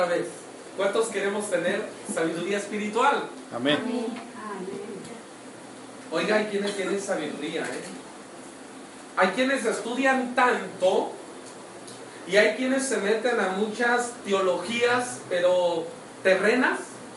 Vez. ¿Cuántos queremos tener sabiduría espiritual? Amén. Oiga, hay quienes tienen sabiduría, Hay quienes estudian tanto y hay quienes se meten a muchas teologías, pero terrenas,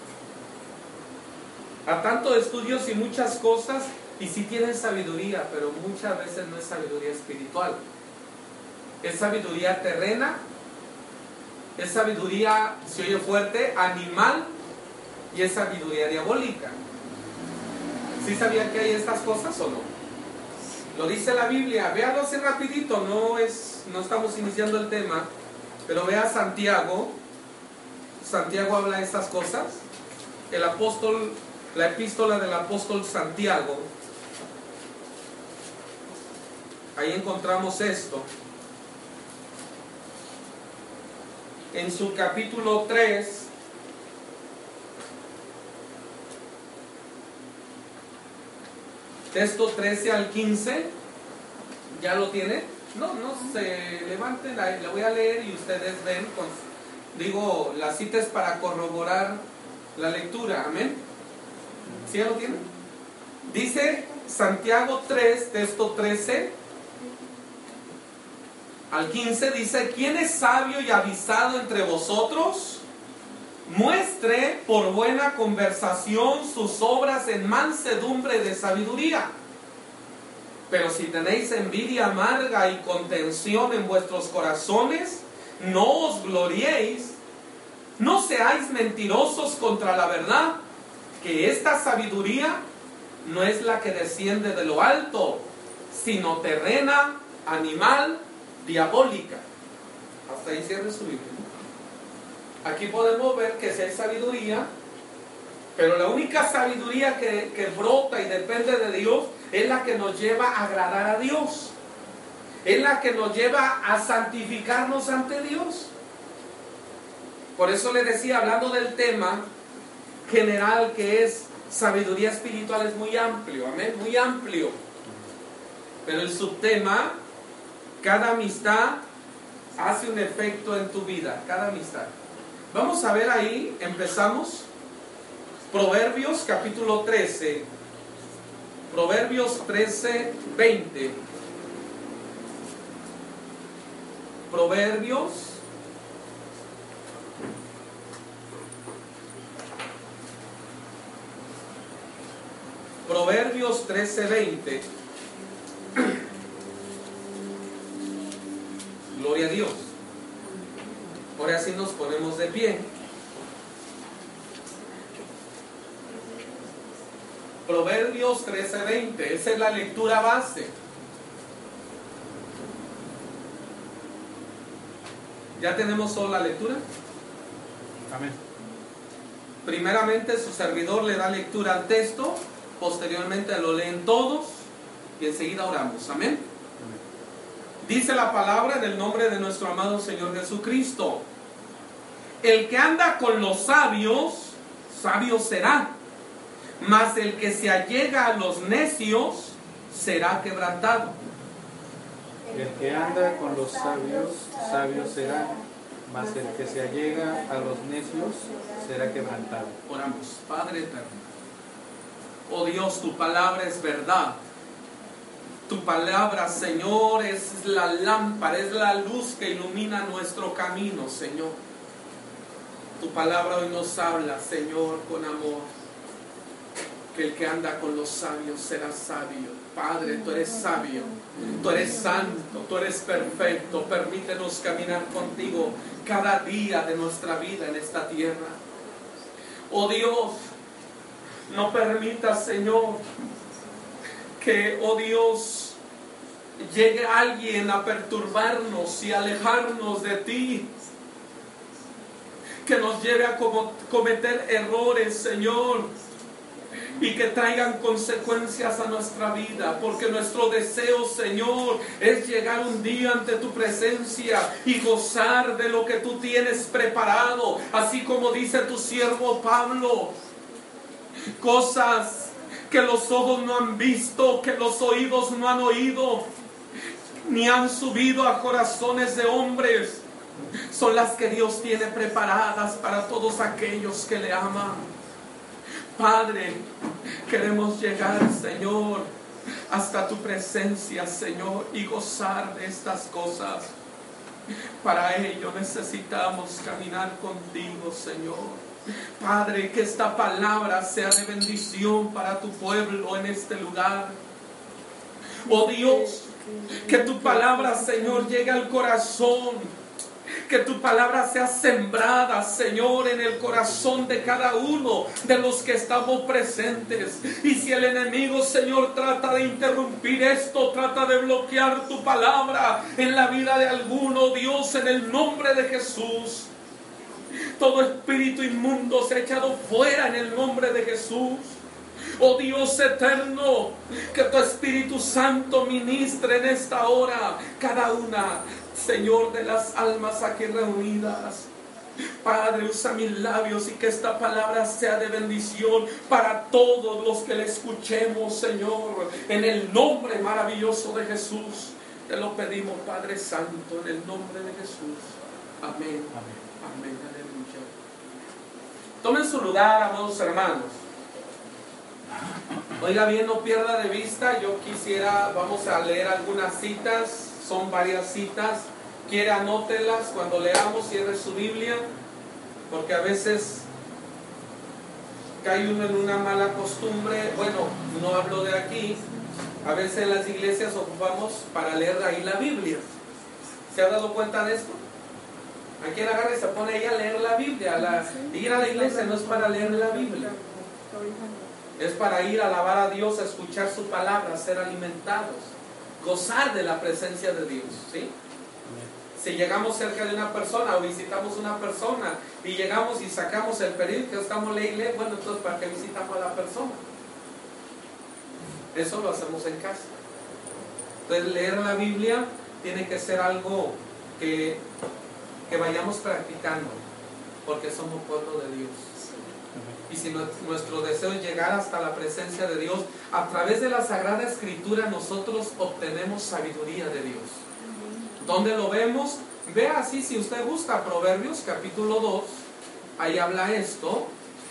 a tanto estudios y muchas cosas, y sí tienen sabiduría, pero muchas veces no es sabiduría espiritual. Es sabiduría terrena. Es sabiduría, se oye fuerte, animal, y es sabiduría diabólica. ¿Sí sabían que hay estas cosas o no? Lo dice la Biblia. Véalo así rapidito, no estamos iniciando el tema, pero vea Santiago. Santiago habla de estas cosas. La epístola del apóstol Santiago. Ahí encontramos esto. En su capítulo 3, texto 13 al 15, ¿ya lo tiene? No se levanten, la voy a leer y ustedes ven, la cita es para corroborar la lectura, amén. ¿Sí ya lo tienen? Dice Santiago 3, texto 13 al 15, dice: ¿Quién es sabio y avisado entre vosotros? Muestre por buena conversación sus obras en mansedumbre de sabiduría. Pero si tenéis envidia amarga y contención en vuestros corazones, no os gloriéis, no seáis mentirosos contra la verdad, que esta sabiduría no es la que desciende de lo alto, sino terrena, animal, diabólica. Hasta ahí cierre su Biblia. Aquí podemos ver que sí hay sabiduría, pero la única sabiduría que brota y depende de Dios es la que nos lleva a agradar a Dios, es la que nos lleva a santificarnos ante Dios. Por eso le decía, hablando del tema general que es sabiduría espiritual, es muy amplio, amén, muy amplio. Pero el subtema: cada amistad hace un efecto en tu vida, cada amistad. Vamos a ver ahí, empezamos. Proverbios capítulo 13. Proverbios 13, 20. Proverbios 13, 20. Gloria a Dios. Ahora sí nos ponemos de pie. Proverbios 13:20. Esa es la lectura base. ¿Ya tenemos solo la lectura? Amén. Primeramente su servidor le da lectura al texto, posteriormente lo leen todos y enseguida oramos. Amén. Dice la palabra en el nombre de nuestro amado Señor Jesucristo: el que anda con los sabios, sabio será, mas el que se allega a los necios será quebrantado. El que anda con los sabios, sabio será, mas el que se allega a los necios será quebrantado. Oramos. Padre eterno, oh Dios, tu palabra es verdad. Tu palabra, Señor, es la lámpara, es la luz que ilumina nuestro camino, Señor. Tu palabra hoy nos habla, Señor, con amor. Que el que anda con los sabios será sabio. Padre, tú eres sabio, tú eres santo, tú eres perfecto. Permítenos caminar contigo cada día de nuestra vida en esta tierra. Oh Dios, no permitas, Señor, que, oh Dios, llegue alguien a perturbarnos y alejarnos de ti, que nos lleve a cometer errores, Señor, y que traigan consecuencias a nuestra vida, porque nuestro deseo, Señor, es llegar un día ante tu presencia y gozar de lo que tú tienes preparado, así como dice tu siervo Pablo: cosas que los ojos no han visto, que los oídos no han oído, ni han subido a corazones de hombres, son las que Dios tiene preparadas para todos aquellos que le aman. Padre, queremos llegar, Señor, hasta tu presencia, Señor, y gozar de estas cosas. Para ello necesitamos caminar contigo, Señor. Padre, que esta palabra sea de bendición para tu pueblo en este lugar. Oh Dios, que tu palabra, Señor, llegue al corazón. Que tu palabra sea sembrada, Señor, en el corazón de cada uno de los que estamos presentes. Y si el enemigo, Señor, trata de interrumpir esto, trata de bloquear tu palabra en la vida de alguno, Dios, en el nombre de Jesús, todo espíritu inmundo se ha echado fuera en el nombre de Jesús. Oh Dios eterno, que tu Espíritu Santo ministre en esta hora cada una, Señor, de las almas aquí reunidas. Padre, usa mis labios y que esta palabra sea de bendición para todos los que la escuchemos, Señor. En el nombre maravilloso de Jesús, te lo pedimos, Padre Santo, en el nombre de Jesús. Amén. Amén. Amén. Aleluya. Tomen su lugar, amados hermanos. Oiga bien, no pierda de vista, yo quisiera, vamos a leer algunas citas, son varias citas. Quiere anótelas cuando leamos, cierre su Biblia, porque a veces cae uno en una mala costumbre. Bueno, no hablo de aquí, a veces en las iglesias ocupamos para leer ahí la Biblia. ¿Se ha dado cuenta de esto? ¿A quién agarra y se pone ahí a leer la Biblia? Ir a la iglesia no es para leer la Biblia, es para ir a alabar a Dios, a escuchar su palabra, ser alimentados, gozar de la presencia de Dios, ¿sí? Si llegamos cerca de una persona o visitamos una persona y llegamos y sacamos el periódico, estamos leyendo, bueno, entonces ¿para qué visitamos a la persona? Eso lo hacemos en casa. Entonces leer la Biblia tiene que ser algo que vayamos practicando, porque somos pueblo de Dios. Y si nuestro deseo es llegar hasta la presencia de Dios, a través de la Sagrada Escritura nosotros obtenemos sabiduría de Dios. ¿Dónde lo vemos? Vea así, si usted gusta, Proverbios capítulo 2, ahí habla esto.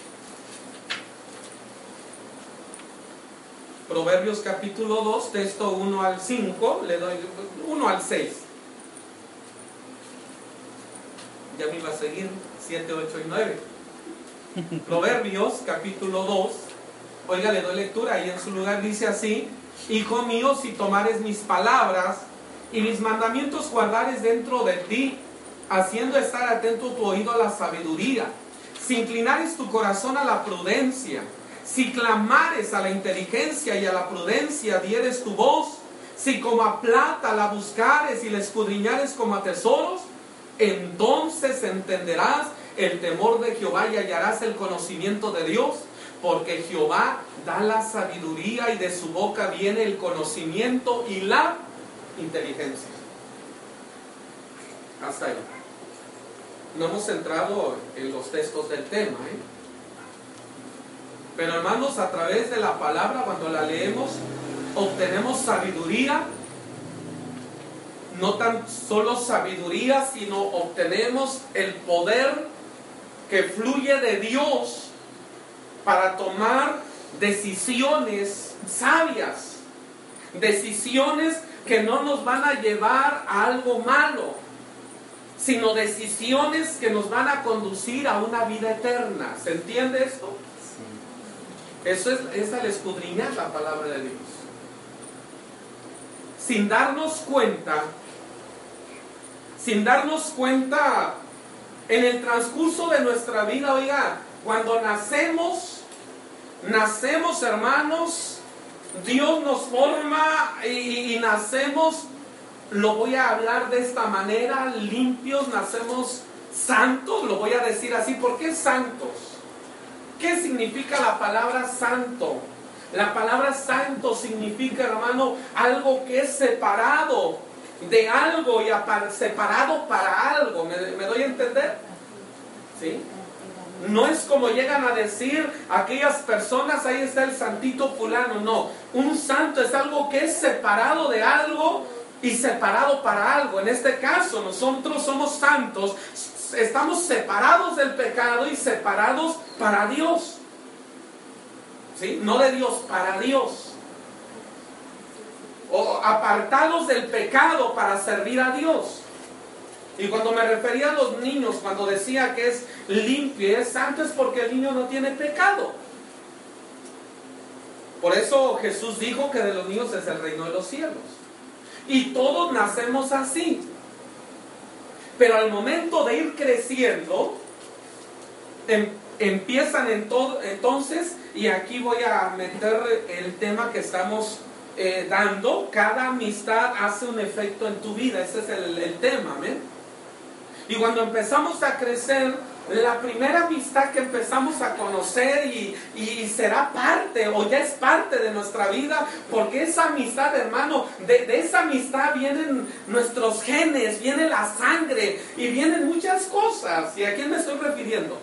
Proverbios capítulo 2, texto 1 al 5, le doy 1 al 6. Ya me iba a seguir, 7, 8 y 9. Proverbios capítulo 2, oiga, le doy lectura, ahí en su lugar dice así: Hijo mío, si tomares mis palabras y mis mandamientos guardares dentro de ti, haciendo estar atento tu oído a la sabiduría, si inclinares tu corazón a la prudencia, si clamares a la inteligencia y a la prudencia dieres tu voz, si como a plata la buscares y la escudriñares como a tesoros, entonces entenderás el temor de Jehová y hallarás el conocimiento de Dios, porque Jehová da la sabiduría y de su boca viene el conocimiento y la inteligencia. Hasta ahí. No hemos entrado en los textos del tema, pero hermanos, a través de la palabra, cuando la leemos, obtenemos sabiduría. No tan solo sabiduría, sino obtenemos el poder que fluye de Dios para tomar decisiones sabias, decisiones que no nos van a llevar a algo malo, sino decisiones que nos van a conducir a una vida eterna. ¿Se entiende esto? Sí. Eso es el escudriñar la palabra de Dios. Sin darnos cuenta, en el transcurso de nuestra vida, oiga, cuando nacemos, hermanos, Dios nos forma y nacemos, lo voy a hablar de esta manera, limpios, nacemos santos, lo voy a decir así. ¿Por qué santos? ¿Qué significa la palabra santo? La palabra santo significa, hermano, algo que es separado de algo y separado para algo. ¿Me doy a entender? ¿Sí? No es como llegan a decir aquellas personas, ahí está el santito fulano. No, un santo es algo que es separado de algo y separado para algo. En este caso, nosotros somos santos, estamos separados del pecado y separados para Dios. ¿Sí? No de Dios, para Dios. O apartados del pecado para servir a Dios. Y cuando me refería a los niños, cuando decía que es limpio y es santo, es porque el niño no tiene pecado. Por eso Jesús dijo que de los niños es el reino de los cielos. Y todos nacemos así. Pero al momento de ir creciendo, empiezan entonces, y aquí voy a meter el tema que estamos dando, cada amistad hace un efecto en tu vida. Ese es el tema, ¿ven? Y cuando empezamos a crecer, la primera amistad que empezamos a conocer y será parte, o ya es parte de nuestra vida, porque esa amistad, hermano, de esa amistad vienen nuestros genes, viene la sangre y vienen muchas cosas. ¿Y a quién me estoy refiriendo?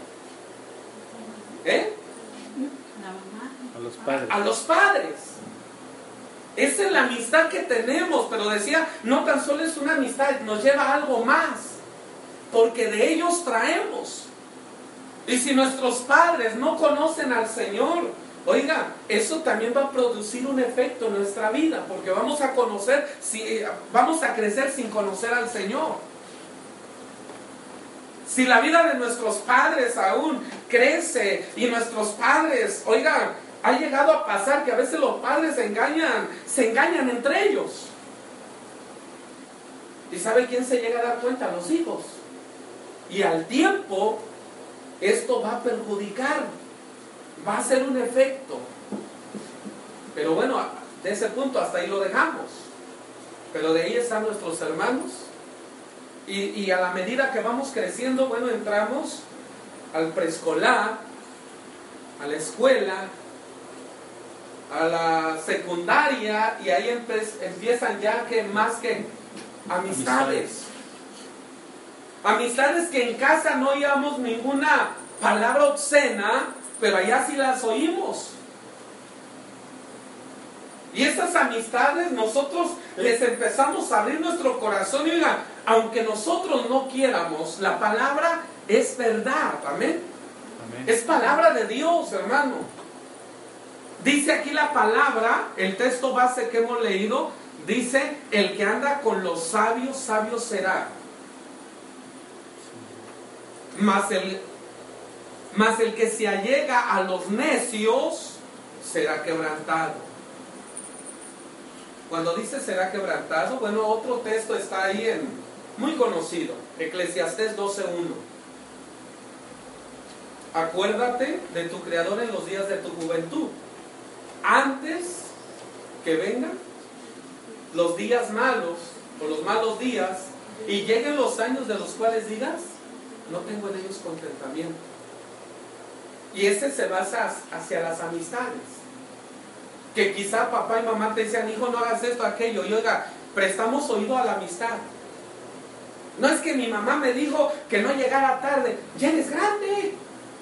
A los padres. A los padres. Esa es la amistad que tenemos, pero decía, no tan solo es una amistad, nos lleva a algo más, porque de ellos traemos. Y si nuestros padres no conocen al Señor, oiga, eso también va a producir un efecto en nuestra vida, porque vamos a crecer sin conocer al Señor. Si la vida de nuestros padres aún crece y nuestros padres, oiga, ha llegado a pasar que a veces los padres se engañan entre ellos. ¿Y sabe quién se llega a dar cuenta? Los hijos. Y al tiempo, esto va a perjudicar, va a ser un efecto. Pero bueno, de ese punto hasta ahí lo dejamos. Pero de ahí están nuestros hermanos. Y a la medida que vamos creciendo, bueno, entramos al preescolar, a la escuela, a la secundaria, y ahí empiezan ya más que amistades. Amistades que en casa no oíamos ninguna palabra obscena, pero allá sí las oímos. Y esas amistades nosotros les empezamos a abrir nuestro corazón y oigan, aunque nosotros no quieramos, la palabra es verdad, amén. Amén. Es palabra de Dios, hermano. Dice aquí la palabra, el texto base que hemos leído, dice, el que anda con los sabios, sabio será. Mas el que se allega a los necios será quebrantado. Cuando dice será quebrantado, bueno, otro texto está ahí muy conocido, Eclesiastés 12:1. Acuérdate de tu Creador en los días de tu juventud, antes que vengan los días malos o los malos días y lleguen los años de los cuales digas, no tengo en ellos contentamiento. Y ese se basa hacia las amistades. Que quizá papá y mamá te decían, hijo, no hagas esto, aquello. Y oiga, prestamos oído a la amistad. No es que mi mamá me dijo que no llegara tarde. Ya eres grande.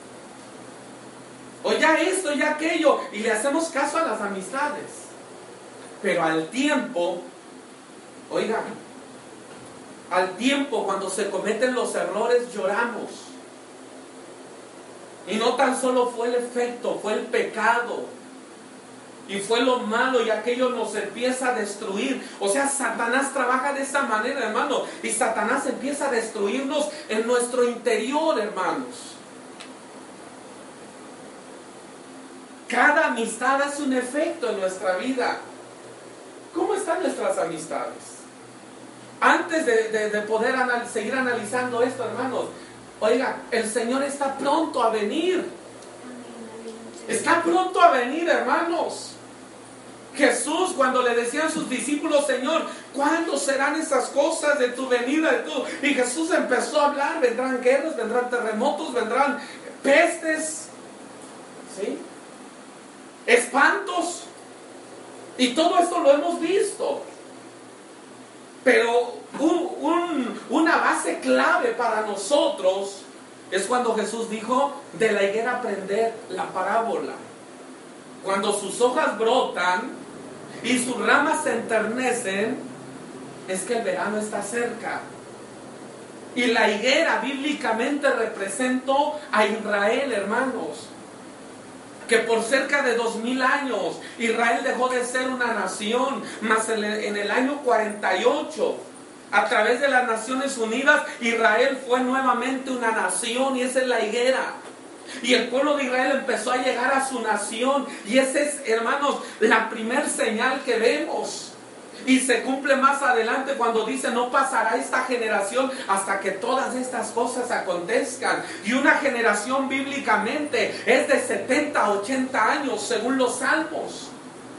O ya esto, ya aquello. Y le hacemos caso a las amistades. Pero al tiempo, oiga, al tiempo cuando se cometen los errores lloramos. Y no tan solo fue el efecto, fue el pecado. Y fue lo malo y aquello nos empieza a destruir. O sea, Satanás trabaja de esa manera, hermano. Y Satanás empieza a destruirnos en nuestro interior, hermanos. Cada amistad hace un efecto en nuestra vida. ¿Cómo están nuestras amistades? Antes de poder seguir analizando esto, hermanos, oiga, el Señor está pronto a venir. Está pronto a venir, hermanos. Jesús, cuando le decían a sus discípulos, Señor, ¿cuándo serán esas cosas de tu venida? Y Jesús empezó a hablar, vendrán guerras, vendrán terremotos, vendrán pestes, ¿sí? Espantos. Y todo esto lo hemos visto. Pero una base clave para nosotros es cuando Jesús dijo, de la higuera aprender la parábola. Cuando sus hojas brotan y sus ramas se enternecen, es que el verano está cerca. Y la higuera bíblicamente representó a Israel, hermanos. Que por cerca de 2000 años Israel dejó de ser una nación, mas en el año 48, a través de las Naciones Unidas, Israel fue nuevamente una nación, y esa es la higuera. Y el pueblo de Israel empezó a llegar a su nación, y esa es, hermanos, la primer señal que vemos. Y se cumple más adelante cuando dice: no pasará esta generación hasta que todas estas cosas acontezcan. Y una generación bíblicamente es de 70 a 80 años según los salmos.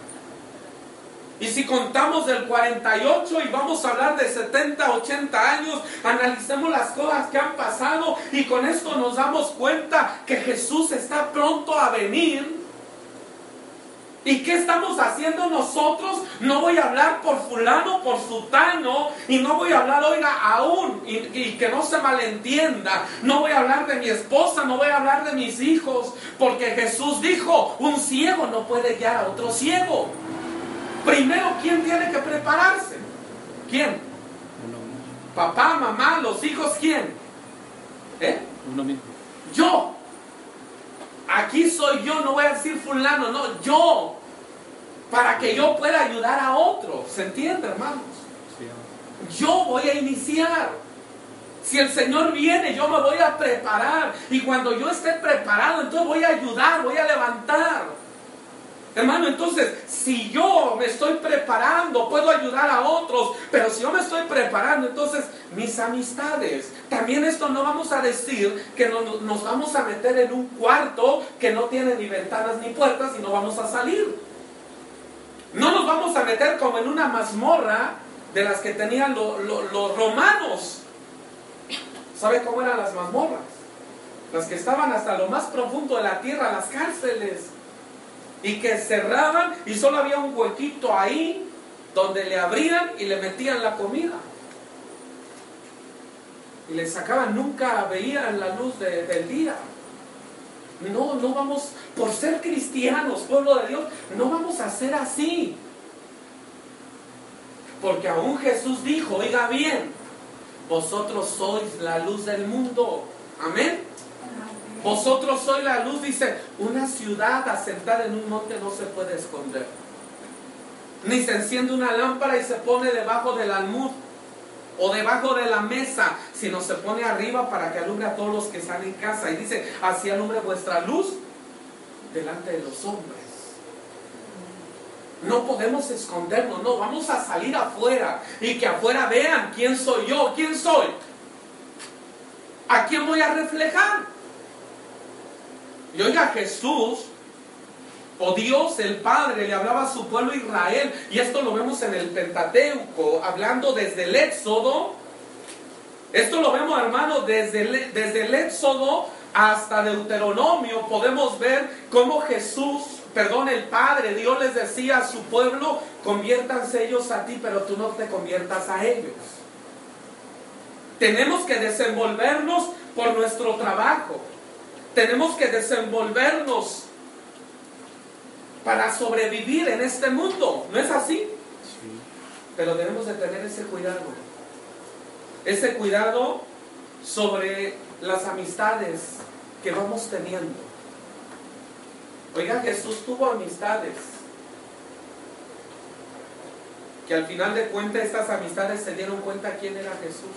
Y si contamos del 48 y vamos a hablar de 70 a 80 años, analicemos las cosas que han pasado, y con esto nos damos cuenta que Jesús está pronto a venir. ¿Y qué estamos haciendo nosotros? No voy a hablar por fulano, por sutano, y no voy a hablar, oiga, aún, y que no se malentienda, no voy a hablar de mi esposa, no voy a hablar de mis hijos, porque Jesús dijo: un ciego no puede guiar a otro ciego. Primero, ¿quién tiene que prepararse? ¿Quién? Papá, mamá, los hijos, ¿quién? Uno mismo. Yo. Aquí soy yo, no voy a decir fulano, no, yo. Para que yo pueda ayudar a otro. ¿Se entiende, hermanos? Sí. Yo voy a iniciar. Si el Señor viene, yo me voy a preparar. Y cuando yo esté preparado, entonces voy a ayudar, voy a levantar. Hermano, entonces, si yo me estoy preparando, puedo ayudar a otros. Pero si yo me estoy preparando, entonces, mis amistades. También esto no vamos a decir que nos vamos a meter en un cuarto que no tiene ni ventanas ni puertas y no vamos a salir. No nos vamos a meter como en una mazmorra de las que tenían los romanos. ¿Sabe cómo eran las mazmorras? Las que estaban hasta lo más profundo de la tierra, las cárceles. Y que cerraban y solo había un huequito ahí donde le abrían y le metían la comida. Y le sacaban, nunca veían la luz del día. No vamos, por ser cristianos, pueblo de Dios, no vamos a ser así. Porque aún Jesús dijo, oiga bien, vosotros sois la luz del mundo. Amén. Vosotros sois la luz, dice. Una ciudad asentada en un monte no se puede esconder. Ni se enciende una lámpara y se pone debajo del almud o debajo de la mesa, sino se pone arriba para que alumbre a todos los que están en casa. Y dice, así alumbre vuestra luz delante de los hombres. No podemos escondernos, no, vamos a salir afuera y que afuera vean quién soy yo, quién soy, a quién voy a reflejar. Y oiga, Jesús o Dios el Padre le hablaba a su pueblo Israel, y esto lo vemos en el Pentateuco, hablando desde el Éxodo. Esto lo vemos, hermanos, desde el Éxodo hasta Deuteronomio. Podemos ver cómo el Padre, Dios les decía a su pueblo: conviértanse ellos a ti, pero tú no te conviertas a ellos. Tenemos que desenvolvernos por nuestro trabajo. Tenemos que desenvolvernos para sobrevivir en este mundo. ¿No es así? Sí. Pero debemos de tener ese cuidado. Ese cuidado sobre las amistades que vamos teniendo. Oiga, Jesús tuvo amistades que al final de cuentas estas amistades se dieron cuenta quién era Jesús.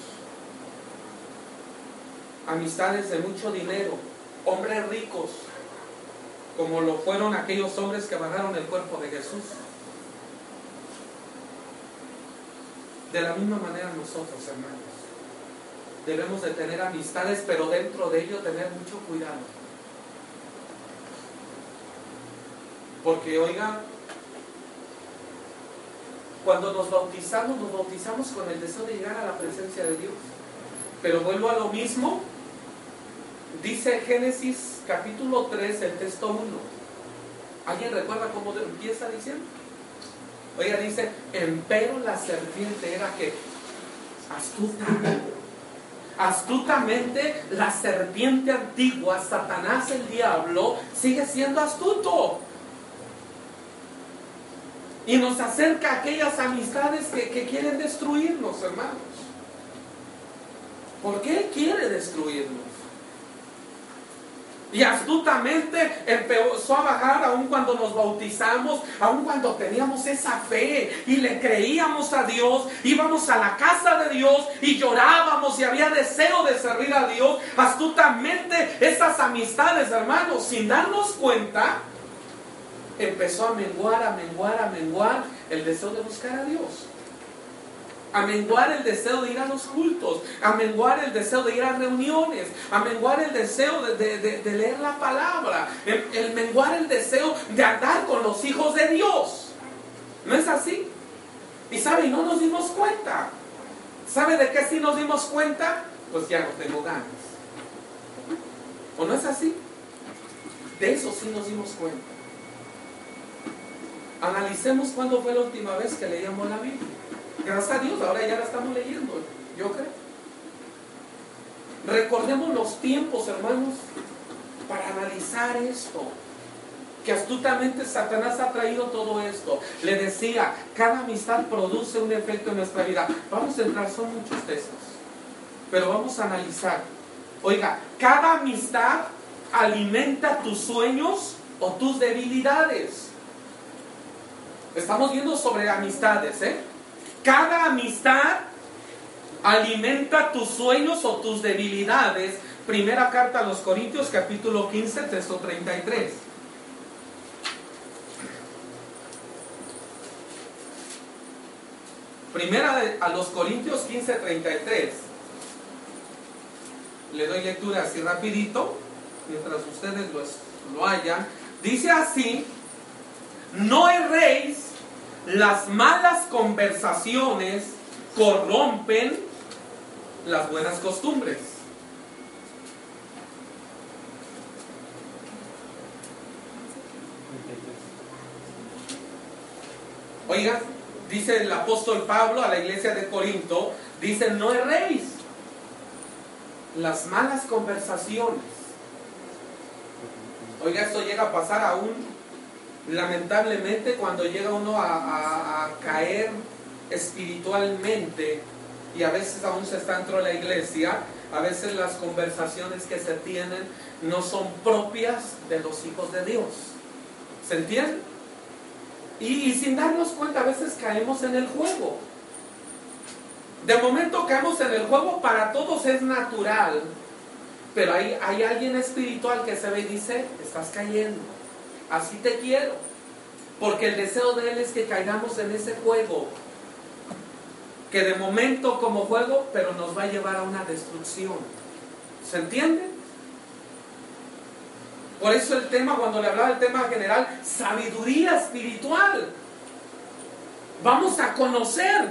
Amistades de mucho dinero, hombres ricos, como lo fueron aquellos hombres que bajaron el cuerpo de Jesús. De la misma manera nosotros, hermanos, debemos de tener amistades, pero dentro de ello tener mucho cuidado. Porque, oiga, cuando nos bautizamos con el deseo de llegar a la presencia de Dios. Pero vuelvo a lo mismo. Dice Génesis capítulo 3, el texto 1. ¿Alguien recuerda cómo empieza diciendo? Oiga, dice, empero la serpiente era que astuta. Astutamente, la serpiente antigua, Satanás el diablo, sigue siendo astuto. Y nos acerca a aquellas amistades que quieren destruirnos, hermanos. ¿Por qué Él quiere destruirnos? Y astutamente empezó a bajar aun cuando nos bautizamos, aun cuando teníamos esa fe y le creíamos a Dios, íbamos a la casa de Dios y llorábamos y había deseo de servir a Dios. Astutamente esas amistades, hermanos, sin darnos cuenta, empezó a menguar el deseo de buscar a Dios. A menguar el deseo de ir a los cultos, a menguar el deseo de ir a reuniones, a menguar el deseo de leer la palabra, el menguar el deseo de andar con los hijos de Dios. ¿No es así? Y sabe, y no nos dimos cuenta. ¿Sabe de qué sí nos dimos cuenta? Pues ya no tengo ganas. ¿O no es así? De eso sí nos dimos cuenta. Analicemos cuándo fue la última vez que leíamos la Biblia. Gracias a Dios, ahora ya la estamos leyendo, yo creo. Recordemos los tiempos, hermanos, para analizar esto. Que astutamente Satanás ha traído todo esto. Le decía, cada amistad produce un efecto en nuestra vida. Vamos a entrar, son muchos textos, pero vamos a analizar. Oiga, cada amistad alimenta tus sueños o tus debilidades. Estamos viendo sobre amistades, Cada amistad alimenta tus sueños o tus debilidades. Primera carta a los Corintios, capítulo 15, texto 33. Primera a los Corintios 15, 33. Le doy lectura así rapidito, mientras ustedes lo hayan. Dice así: no erréis, las malas conversaciones corrompen las buenas costumbres. Oiga, dice el apóstol Pablo a la iglesia de Corinto, dice, no erréis, las malas conversaciones. Oiga, esto llega a pasar aún, lamentablemente, cuando llega uno a caer espiritualmente, y a veces aún se está dentro de la iglesia, a veces las conversaciones que se tienen no son propias de los hijos de Dios. ¿Se entiende? Y sin darnos cuenta, a veces caemos en el juego. De momento caemos en el juego, para todos es natural, pero hay alguien espiritual que se ve y dice, estás cayendo, así te quiero, porque el deseo de Él es que caigamos en ese juego, que de momento como juego, pero nos va a llevar a una destrucción. ¿Se entiende? Por eso el tema, cuando le hablaba del tema general, sabiduría espiritual. Vamos a conocer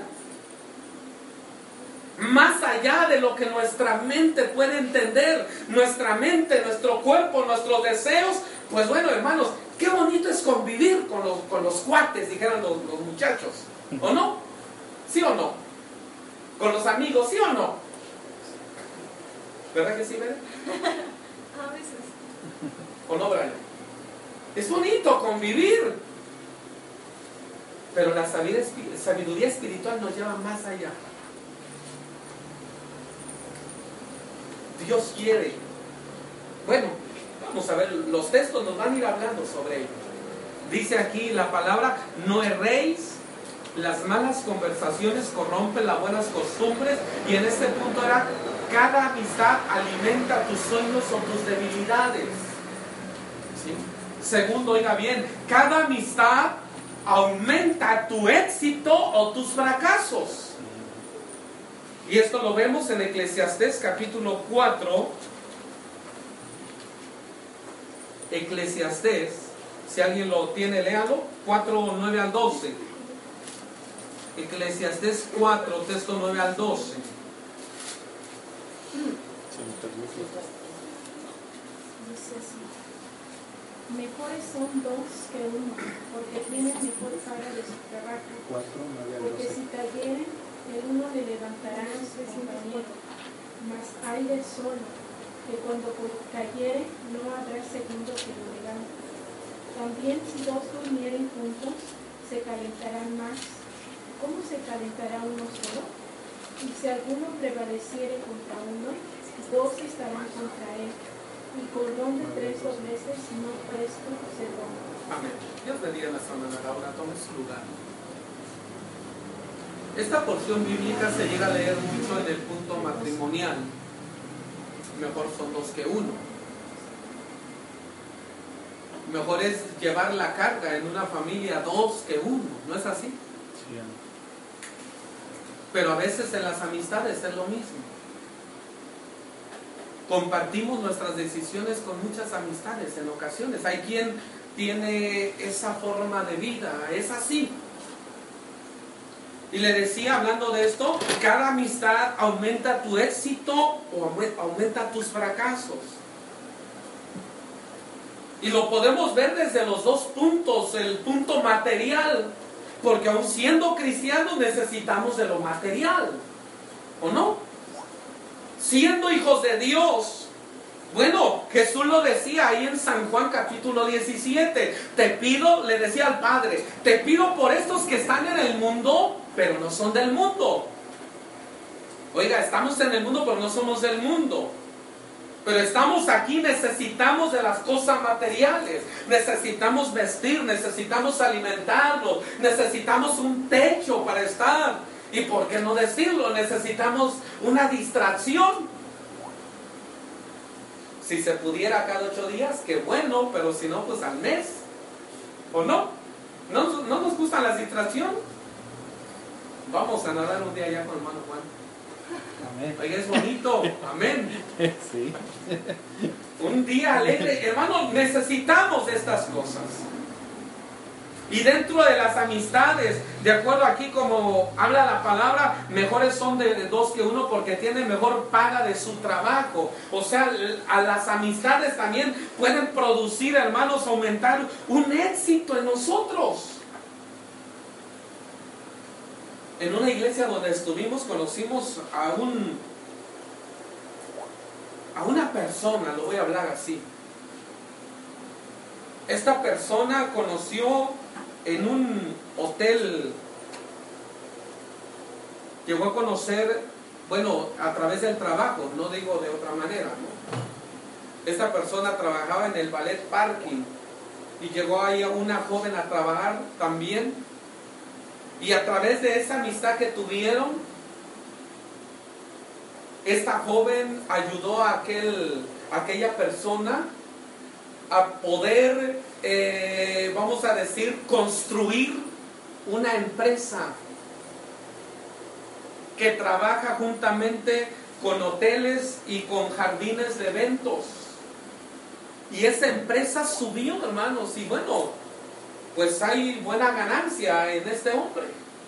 más allá de lo que nuestra mente puede entender. Nuestra mente, nuestro cuerpo, nuestros deseos. Pues bueno, hermanos, qué bonito es convivir con los cuates, dijeron los muchachos. ¿O no? ¿Sí o no? Con los amigos, ¿sí o no? ¿Verdad que sí, Beren? A veces. ¿O no, Brian? Es bonito convivir, pero la sabiduría espiritual nos lleva más allá. Dios quiere. Bueno, vamos a ver, los textos nos van a ir hablando sobre ello. Dice aquí la palabra, no erréis, las malas conversaciones corrompen las buenas costumbres, y en este punto era, cada amistad alimenta tus sueños o tus debilidades. ¿Sí? Segundo, oiga bien, cada amistad aumenta tu éxito o tus fracasos. Y esto lo vemos en Eclesiastés capítulo 4. Eclesiastés, si alguien lo tiene, léalo, 4, 9 al 12. Eclesiastés 4, texto 9 al 12. Dice así: mejores son dos que uno, porque tienen mejor paga de su trabajo. 4, 9 al Porque 12. si cayeren, el uno le levantará a su compañero. Mas hay del solo, que cuando cayere no habrá segundo que lo levante. También si dos durmieren juntos, se calentarán más. ¿Cómo se calentará uno solo? Y si alguno prevaleciere contra uno, dos estarán contra él. Y cordón de 3 dobleces no presto se rompe. Amén. Dios bendiga a nuestra hermana Laura. Tome su lugar. Esta porción bíblica se llega a leer mucho en el punto matrimonial. Mejor son 2 que 1. Mejor es llevar la carga en una familia 2 que 1. ¿No es así? Sí. Pero a veces en las amistades es lo mismo. Compartimos nuestras decisiones con muchas amistades en ocasiones. Hay quien tiene esa forma de vida, es así. Y le decía, hablando de esto, cada amistad aumenta tu éxito o aumenta tus fracasos. Y lo podemos ver desde los 2 puntos, el punto material, porque aun siendo cristianos necesitamos de lo material, ¿o no? Siendo hijos de Dios. Bueno, Jesús lo decía ahí en San Juan capítulo 17. Te pido, le decía al Padre, te pido por estos que están en el mundo, pero no son del mundo. Oiga, estamos en el mundo, pero no somos del mundo. Pero estamos aquí, necesitamos de las cosas materiales. Necesitamos vestir, necesitamos alimentarnos, necesitamos un techo para estar. Y por qué no decirlo, necesitamos una distracción. Si se pudiera cada 8 días, qué bueno, pero si no, pues al mes. ¿O no? ¿No nos gustan las distracciones? Vamos a nadar un día allá con el hermano Juan. Amén. Oiga, es bonito. Amén. Sí. Un día alegre. Hermano, necesitamos estas cosas. Y dentro de las amistades, de acuerdo aquí como habla la palabra, mejores son de 2 que 1 porque tienen mejor paga de su trabajo. O sea, a las amistades también pueden producir, hermanos, aumentar un éxito en nosotros. En una iglesia donde estuvimos, conocimos a una persona, lo voy a hablar así. Esta persona conoció en un hotel, llegó a conocer, bueno, a través del trabajo, no digo de otra manera, ¿no? Esta persona trabajaba en el ballet parking y llegó ahí a una joven a trabajar también, y a través de esa amistad que tuvieron, esta joven ayudó a aquella persona a poder, vamos a decir, construir una empresa que trabaja juntamente con hoteles y con jardines de eventos. Y esa empresa subió, hermanos, y bueno, pues hay buena ganancia en este hombre.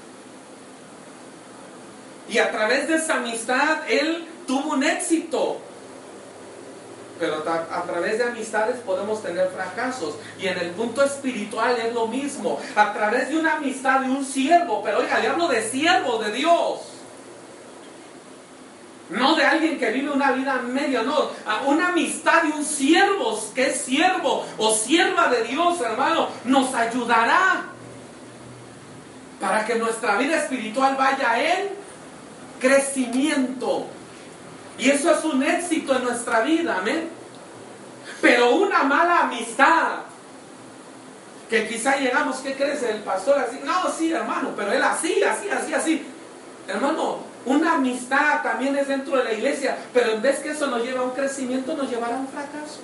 Y a través de esa amistad, él tuvo un éxito. Pero a través de amistades podemos tener fracasos. Y en el punto espiritual es lo mismo. A través de una amistad de un siervo, pero oiga, le hablo de siervo de Dios. No de alguien que vive una vida media, no. Una amistad de un siervo que es siervo o sierva de Dios, hermano, nos ayudará para que nuestra vida espiritual vaya en crecimiento. Y eso es un éxito en nuestra vida, amén. Pero una mala amistad, que quizá llegamos, ¿qué crees? El pastor así, no, sí, hermano, pero él así. Hermano, una amistad también es dentro de la iglesia, pero en vez que eso nos lleve a un crecimiento, nos llevará a un fracaso.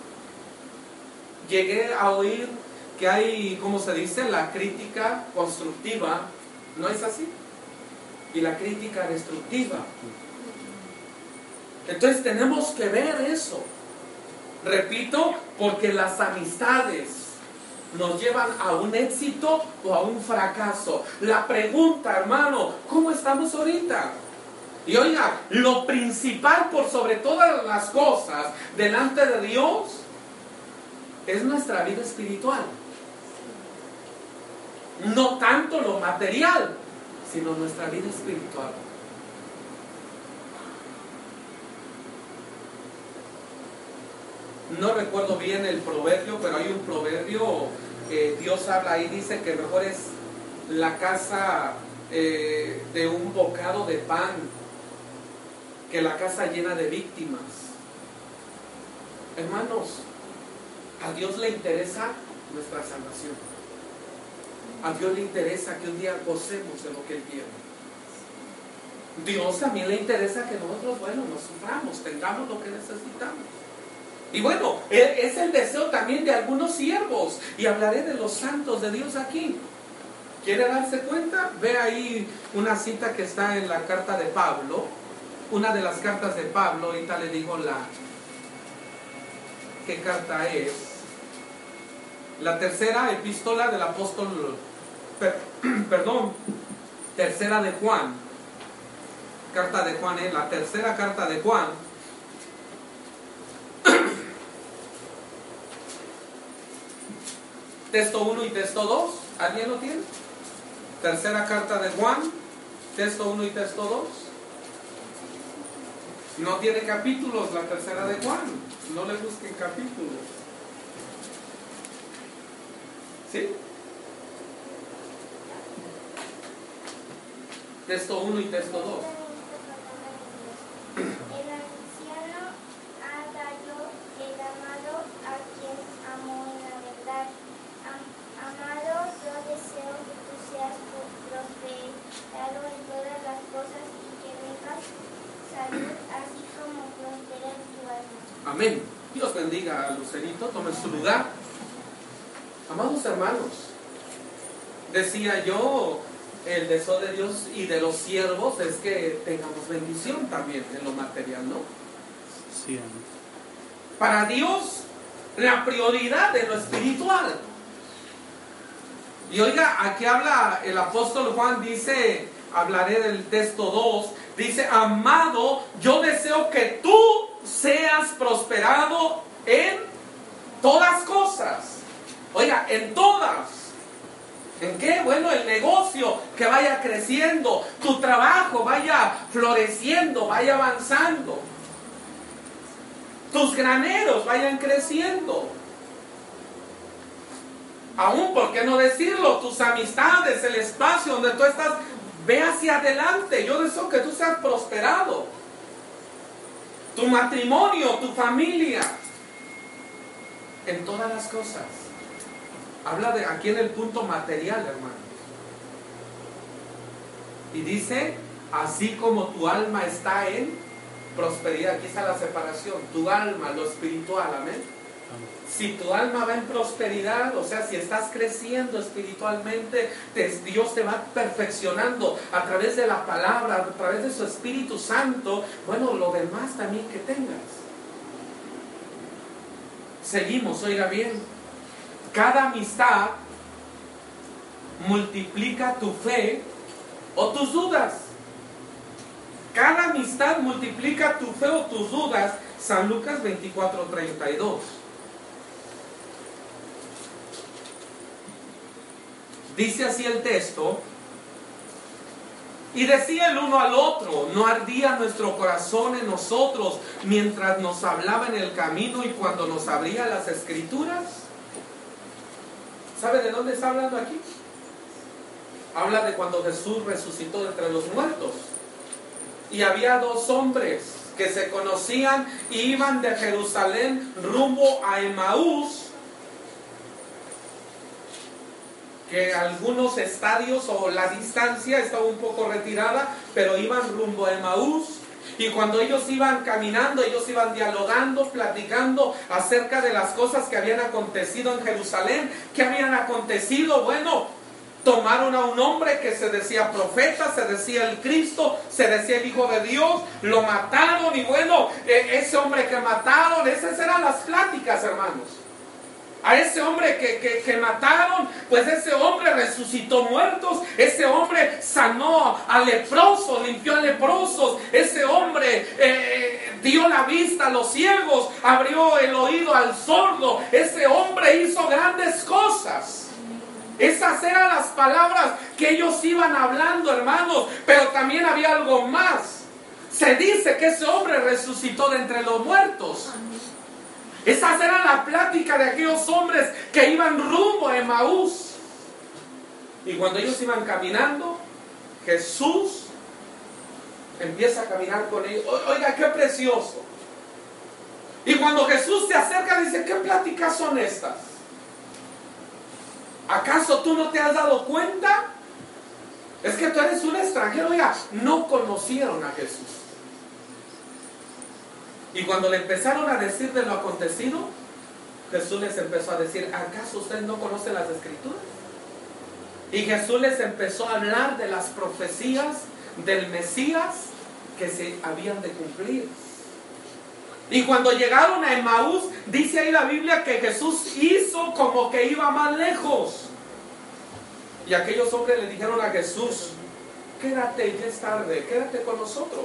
Llegué a oír que hay, ¿cómo se dice? La crítica constructiva, ¿no es así? Y la crítica destructiva. Entonces tenemos que ver eso. Repito, porque las amistades nos llevan a un éxito o a un fracaso. La pregunta, hermano, ¿cómo estamos ahorita? Y oiga, lo principal por sobre todas las cosas delante de Dios es nuestra vida espiritual. No tanto lo material, sino nuestra vida espiritual. No recuerdo bien el proverbio, pero hay un proverbio que Dios habla ahí, dice que mejor es la casa de un bocado de pan que la casa llena de víctimas. Hermanos, a Dios le interesa nuestra salvación. A Dios le interesa que un día gocemos de lo que Él quiere. Dios también le interesa que nosotros, bueno, nos suframos, tengamos lo que necesitamos. Y bueno, es el deseo también de algunos siervos. Y hablaré de los santos de Dios aquí. ¿Quiere darse cuenta? Ve ahí una cita que está en la carta de Pablo. Una de las cartas de Pablo. Ahorita le digo qué carta es. La tercera epístola del apóstol, tercera de Juan. Carta de Juan, la tercera carta de Juan. Texto 1 y texto 2. ¿Alguien lo tiene? Tercera carta de Juan, texto 1 y texto 2. No tiene capítulos la tercera de Juan. No le busquen capítulos. ¿Sí? Texto 1 y texto 2. El anciano Adayo, el amado, a quien amo en la verdad. Amado, yo deseo que tú seas prosperado en todas las cosas y que tengas salud, así como prospera en tu alma. Amén. Dios bendiga a Lucerito. Tome su lugar. Amados hermanos, decía yo, el deseo de Dios y de los siervos es que tengamos bendición también en lo material, ¿no? Sí, amén. Para Dios, la prioridad de lo espiritual. Y oiga, aquí habla el apóstol Juan, dice, hablaré del texto 2, dice, amado, yo deseo que tú seas prosperado en todas cosas. Oiga, en todas. ¿En qué? Bueno, el negocio que vaya creciendo, tu trabajo vaya floreciendo, vaya avanzando, tus graneros vayan creciendo. Aún, ¿por qué no decirlo? Tus amistades, el espacio donde tú estás, ve hacia adelante. Yo deseo que tú seas prosperado. Tu matrimonio, tu familia, en todas las cosas. Habla de aquí en el punto material, hermanos. Y dice, así como tu alma está en prosperidad. Aquí está la separación. Tu alma, lo espiritual, amén. Si tu alma va en prosperidad, o sea, si estás creciendo espiritualmente, Dios te va perfeccionando a través de la palabra, a través de su Espíritu Santo. Bueno, lo demás también que tengas. Seguimos, oiga bien. Cada amistad multiplica tu fe o tus dudas. Cada amistad multiplica tu fe o tus dudas. San Lucas 24:32. Dice así el texto: y decía el uno al otro, ¿no ardía nuestro corazón en nosotros mientras nos hablaba en el camino y cuando nos abría las escrituras? ¿Sabe de dónde está hablando aquí? Habla de cuando Jesús resucitó de entre los muertos. Y había dos hombres que se conocían y iban de Jerusalén rumbo a Emaús, que algunos estadios o la distancia estaba un poco retirada, pero iban rumbo a Emaús. Y cuando ellos iban caminando, ellos iban dialogando, platicando acerca de las cosas que habían acontecido en Jerusalén. ¿Qué habían acontecido? Bueno, tomaron a un hombre que se decía profeta, se decía el Cristo, se decía el Hijo de Dios, lo mataron y bueno, ese hombre que mataron, esas eran las pláticas, hermanos. A ese hombre que mataron, pues ese hombre resucitó muertos, ese hombre sanó a leprosos, limpió a leprosos, ese hombre dio la vista a los ciegos, abrió el oído al sordo, ese hombre hizo grandes cosas. Esas eran las palabras que ellos iban hablando, hermanos, pero también había algo más. Se dice que ese hombre resucitó de entre los muertos. Esas eran la plática de aquellos hombres que iban rumbo a Emaús. Y cuando ellos iban caminando, Jesús empieza a caminar con ellos. Oiga, qué precioso. Y cuando Jesús se acerca, dice, ¿qué pláticas son estas? ¿Acaso tú no te has dado cuenta? Es que tú eres un extranjero. Oiga, no conocieron a Jesús. Y cuando le empezaron a decir de lo acontecido, Jesús les empezó a decir, ¿acaso ustedes no conocen las Escrituras? Y Jesús les empezó a hablar de las profecías del Mesías que se habían de cumplir. Y cuando llegaron a Emaús, dice ahí la Biblia que Jesús hizo como que iba más lejos. Y aquellos hombres le dijeron a Jesús, quédate, ya es tarde, quédate con nosotros.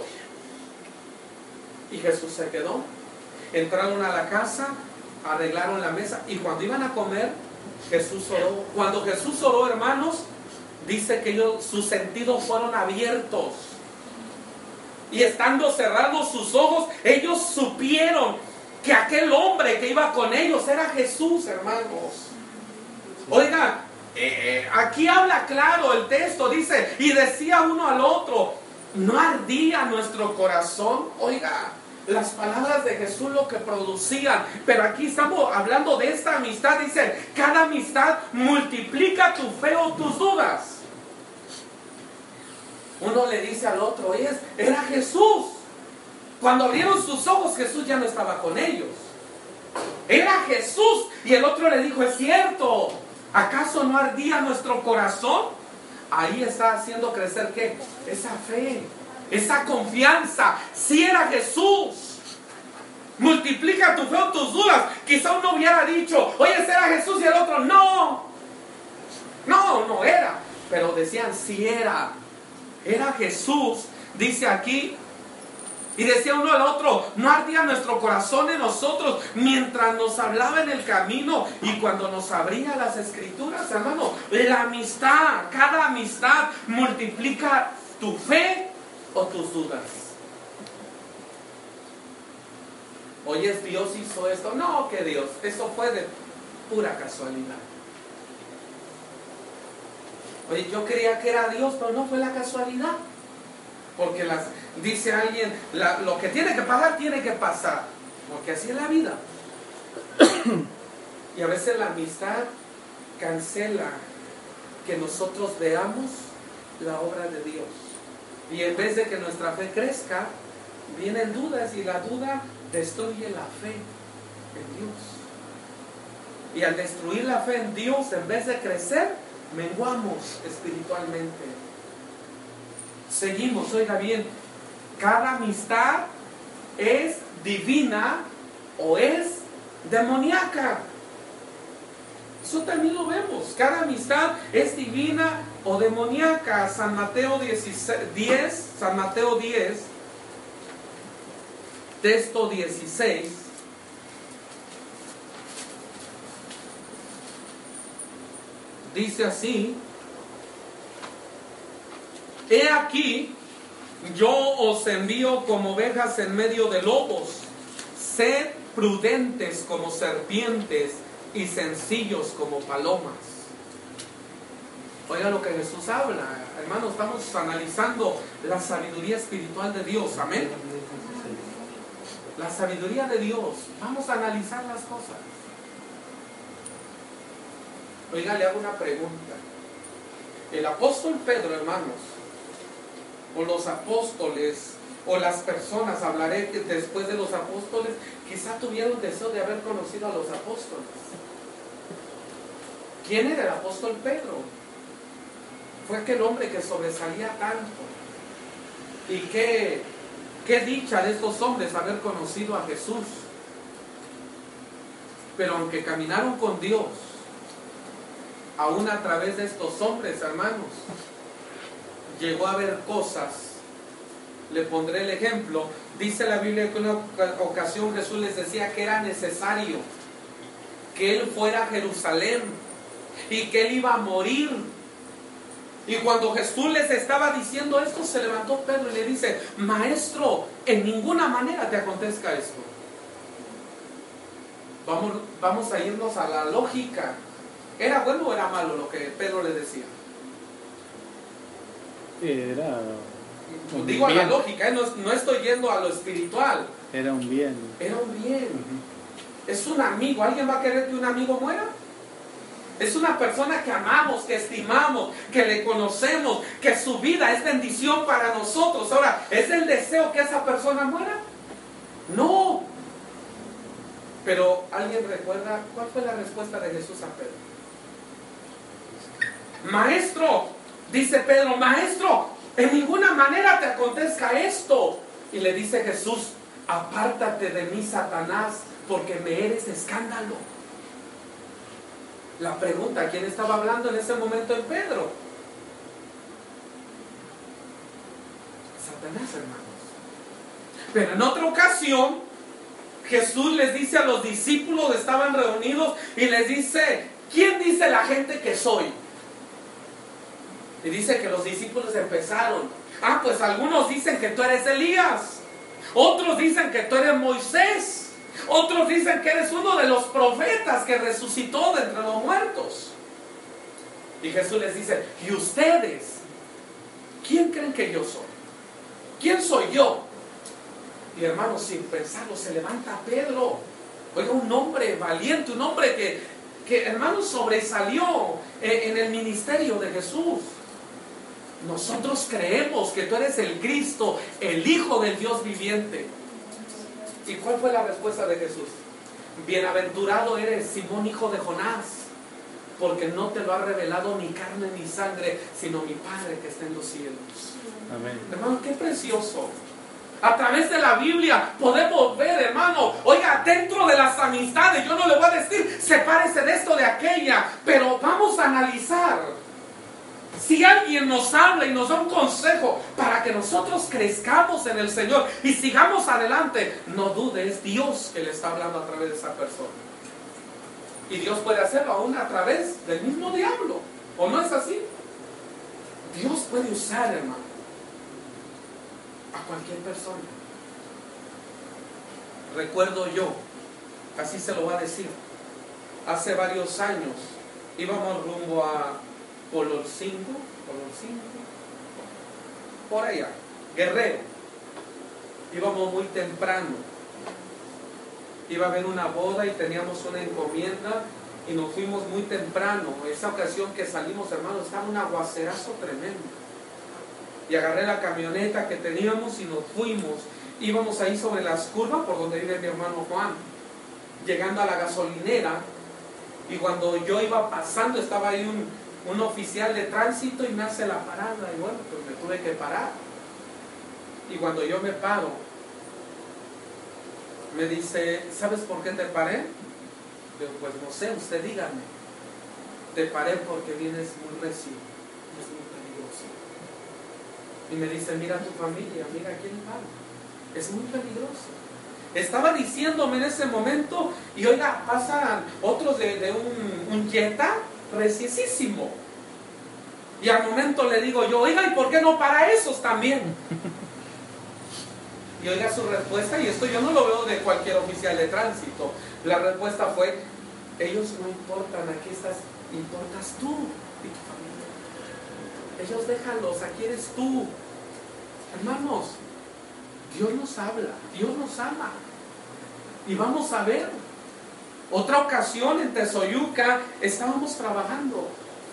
Y Jesús se quedó. Entraron a la casa, arreglaron la mesa, y cuando iban a comer, Jesús oró. Cuando Jesús oró, hermanos, dice que sus sentidos fueron abiertos. Y estando cerrados sus ojos, ellos supieron que aquel hombre que iba con ellos era Jesús, hermanos. Oiga, aquí habla claro el texto, dice, y decía uno al otro, ¿no ardía nuestro corazón? Oiga, las palabras de Jesús lo que producían. Pero aquí estamos hablando de esta amistad. Dice, cada amistad multiplica tu fe o tus dudas. Uno le dice al otro, oye, era Jesús. Cuando abrieron sus ojos, Jesús ya no estaba con ellos. Era Jesús. Y el otro le dijo, es cierto, ¿acaso no ardía nuestro corazón? Ahí está haciendo crecer, ¿qué? Esa fe, esa confianza. Si era Jesús. Multiplica tu fe o tus dudas. Quizá uno hubiera dicho, oye, ¿era Jesús? Y el otro, no era. Pero decían, si era. Era Jesús, dice aquí. Y decía uno al otro, no ardía nuestro corazón en nosotros mientras nos hablaba en el camino y cuando nos abría las Escrituras, hermano. La amistad, cada amistad multiplica tu fe o tus dudas. Oye, Dios hizo esto. No, que Dios, eso fue de pura casualidad. Oye, yo creía que era Dios, pero no fue la casualidad. Porque dice alguien, lo que tiene que pasar, tiene que pasar. Porque así es la vida. Y a veces la amistad cancela que nosotros veamos la obra de Dios. Y en vez de que nuestra fe crezca, vienen dudas y la duda destruye la fe en Dios. Y al destruir la fe en Dios, en vez de crecer, menguamos espiritualmente. Seguimos, oiga bien, cada amistad es divina o es demoníaca. Eso también lo vemos. Cada amistad es divina o demoníaca. San Mateo 10, texto 16. Dice así: he aquí, yo os envío como ovejas en medio de lobos. Sed prudentes como serpientes y sencillos como palomas. Oiga lo que Jesús habla, hermanos. Estamos analizando la sabiduría espiritual de Dios. Amén. La sabiduría de Dios. Vamos a analizar las cosas. Oiga, le hago una pregunta. El apóstol Pedro, hermanos, o los apóstoles, o las personas, hablaré que después de los apóstoles, quizá tuvieron deseo de haber conocido a los apóstoles. ¿Quién era el apóstol Pedro? Fue aquel hombre que sobresalía tanto. Y qué dicha de estos hombres haber conocido a Jesús. Pero aunque caminaron con Dios, aún a través de estos hombres, hermanos, llegó a haber cosas. Le pondré el ejemplo. Dice la Biblia que en una ocasión Jesús les decía que era necesario que Él fuera a Jerusalén y que Él iba a morir. Y cuando Jesús les estaba diciendo esto, se levantó Pedro y le dice: Maestro, en ninguna manera te acontezca esto. Vamos a irnos a la lógica. ¿Era bueno o era malo lo que Pedro le decía? Era un Digo a la bien. lógica, no estoy yendo a lo espiritual. Era un bien. Era un bien. Es un amigo. ¿Alguien va a querer que un amigo muera? Es una persona que amamos, que estimamos, que le conocemos, que su vida es bendición para nosotros. Ahora, ¿es el deseo que esa persona muera? No. Pero ¿alguien recuerda cuál fue la respuesta de Jesús a Pedro? Maestro, dice Pedro, maestro, en ninguna manera te acontezca esto. Y le dice Jesús, apártate de mí, Satanás, porque me eres escándalo. La pregunta, ¿quién estaba hablando en ese momento en Pedro? Satanás, hermanos. Pero en otra ocasión, Jesús les dice a los discípulos, estaban reunidos, y les dice, ¿quién dice la gente que soy? Y dice que los discípulos empezaron, pues algunos dicen que tú eres Elías, otros dicen que tú eres Moisés, otros dicen que eres uno de los profetas que resucitó de entre los muertos. Y Jesús les dice, ¿y ustedes? ¿Quién creen que yo soy? ¿Quién soy yo? Y hermanos, sin pensarlo, se levanta Pedro. Oiga, un hombre valiente, un hombre que hermanos, sobresalió en el ministerio de Jesús. Nosotros creemos que tú eres el Cristo, el Hijo del Dios viviente. ¿Y cuál fue la respuesta de Jesús? Bienaventurado eres, Simón, hijo de Jonás, porque no te lo ha revelado ni carne ni sangre, sino mi Padre que está en los cielos. Amén. Hermano, qué precioso. A través de la Biblia podemos ver, hermano, oiga, dentro de las amistades, yo no le voy a decir, sepárese de esto, de aquella, pero vamos a analizar. Si alguien nos habla y nos da un consejo para que nosotros crezcamos en el Señor y sigamos adelante, no dude, es Dios que le está hablando a través de esa persona. Y Dios puede hacerlo aún a través del mismo diablo. ¿O no es así? Dios puede usar, hermano, a cualquier persona. Recuerdo yo, así se lo voy a decir, hace varios años íbamos rumbo a Colorcingo, por allá, Guerrero. Íbamos muy temprano. Iba a haber una boda y teníamos una encomienda y nos fuimos muy temprano. Esa ocasión que salimos, hermanos, estaba un aguacerazo tremendo. Y agarré la camioneta que teníamos y nos fuimos. Íbamos ahí sobre las curvas por donde vive mi hermano Juan, llegando a la gasolinera. Y cuando yo iba pasando, estaba ahí un oficial de tránsito y me hace la parada. Y bueno, pues me tuve que parar. Y cuando yo me paro, me dice, ¿sabes por qué te paré? Digo, pues no sé, usted dígame. Te paré porque vienes muy recio, es muy peligroso. Y me dice, mira a tu familia, mira a quién va. Es muy peligroso. Estaba diciéndome en ese momento, y oiga, pasan otros de un Jetta reciesísimo. Y al momento le digo yo, oiga, ¿y por qué no para esos también? Y oiga su respuesta, y esto yo no lo veo de cualquier oficial de tránsito. La respuesta fue, ellos no importan, aquí estás, importas tú y tu familia. Ellos déjalos, aquí eres tú. Hermanos, Dios nos habla, Dios nos ama. Y vamos a ver. Otra ocasión en Tezoyuca estábamos trabajando.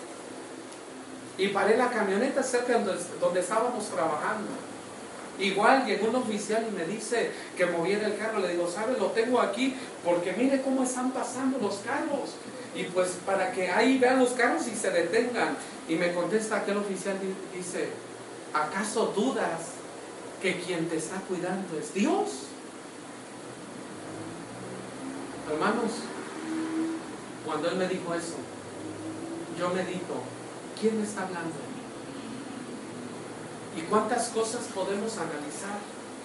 Y paré la camioneta cerca de donde estábamos trabajando. Igual llegó un oficial y me dice que moviera el carro. Le digo, ¿sabe? Lo tengo aquí porque mire cómo están pasando los carros. Y pues para que ahí vean los carros y se detengan. Y me contesta aquel oficial, dice, ¿acaso dudas que quien te está cuidando es Dios? Hermanos, cuando él me dijo eso, yo medito, ¿quién me está hablando? ¿Y cuántas cosas podemos analizar?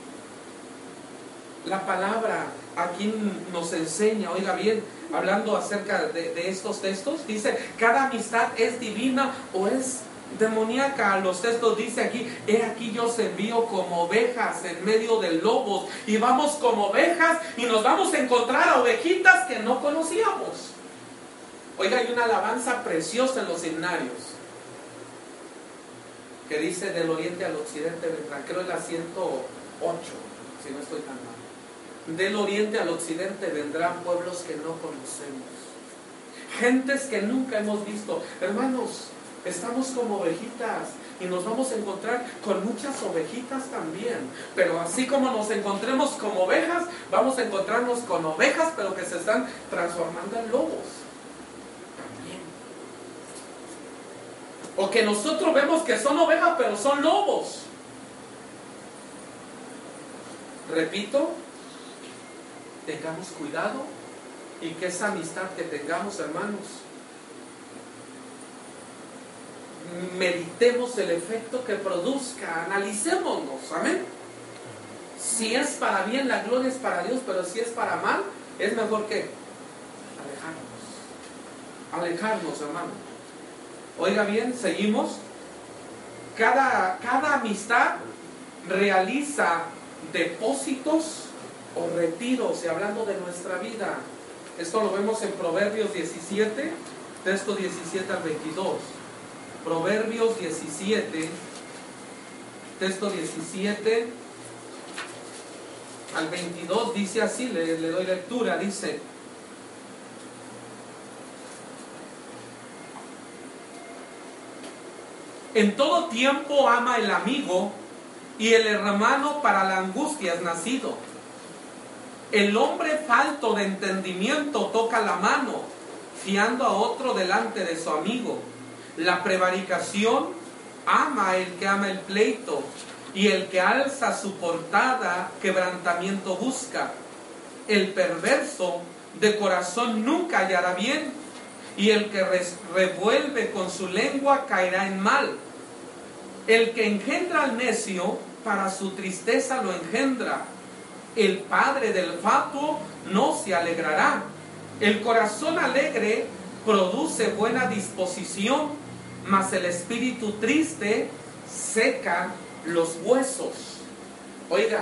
La palabra aquí nos enseña, oiga bien, hablando acerca de estos textos, dice, cada amistad es divina o es demoníaca. Los textos dice aquí, he aquí yo os envío como ovejas en medio de lobos, y vamos como ovejas y nos vamos a encontrar a ovejitas que no conocíamos. Oiga, hay una alabanza preciosa en los himnarios. que dice del oriente al occidente vendrán, creo en la 108, si no estoy tan mal. Del oriente al occidente vendrán pueblos que no conocemos, gentes que nunca hemos visto. Hermanos, estamos como ovejitas y nos vamos a encontrar con muchas ovejitas también, pero así como nos encontremos como ovejas, vamos a encontrarnos con ovejas pero que se están transformando en lobos también, o que nosotros vemos que son ovejas pero son lobos. Repito, tengamos cuidado y que esa amistad que tengamos, hermanos, meditemos el efecto que produzca, analicémonos, amén. Si es para bien, la gloria es para Dios, pero si es para mal, es mejor que alejarnos, hermano. Oiga bien, seguimos. Cada amistad realiza depósitos o retiros, y hablando de nuestra vida. Esto lo vemos en Proverbios 17, texto 17 al 22. Proverbios 17, texto 17 al 22, dice así, le doy lectura, dice: en todo tiempo ama el amigo, y el hermano para la angustia es nacido. El hombre falto de entendimiento toca la mano, fiando a otro delante de su amigo. La prevaricación ama el que ama el pleito, y el que alza su portada quebrantamiento busca. El perverso de corazón nunca hallará bien, y el que revuelve con su lengua caerá en mal. El que engendra al necio, para su tristeza lo engendra. El padre del fatuo no se alegrará. El corazón alegre produce buena disposición, mas el espíritu triste seca los huesos. Oiga,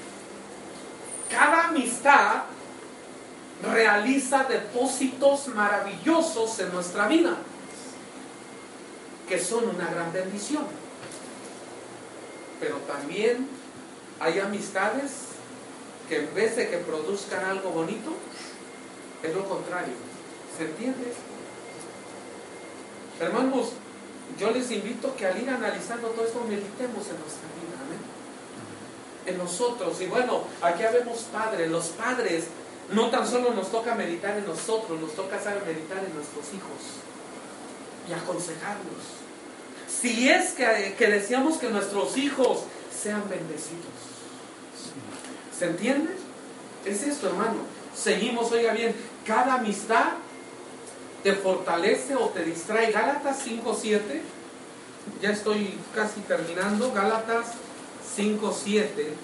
cada amistad realiza depósitos maravillosos en nuestra vida, que son una gran bendición. Pero también hay amistades que en vez de que produzcan algo bonito, es lo contrario. ¿Se entiende? Hermanos, yo les invito que al ir analizando todo esto, meditemos en nuestra vida, ¿amén? En nosotros. Y bueno, aquí habemos padres. Los padres, no tan solo nos toca meditar en nosotros, nos toca saber meditar en nuestros hijos y aconsejarlos. Si es que deseamos que nuestros hijos sean bendecidos. ¿Se entiende? Es esto, hermano. Seguimos, oiga bien, cada amistad te fortalece o te distrae. Gálatas 5:7, ya estoy casi terminando. Gálatas 5:7,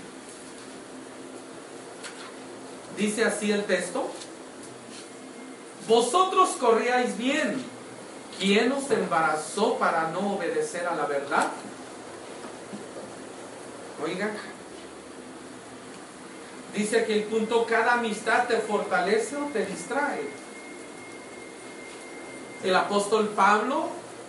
dice así el texto: vosotros corríais bien. ¿Quién os embarazó para no obedecer a la verdad? Oiga, dice aquí el punto: cada amistad te fortalece o te distrae. El apóstol Pablo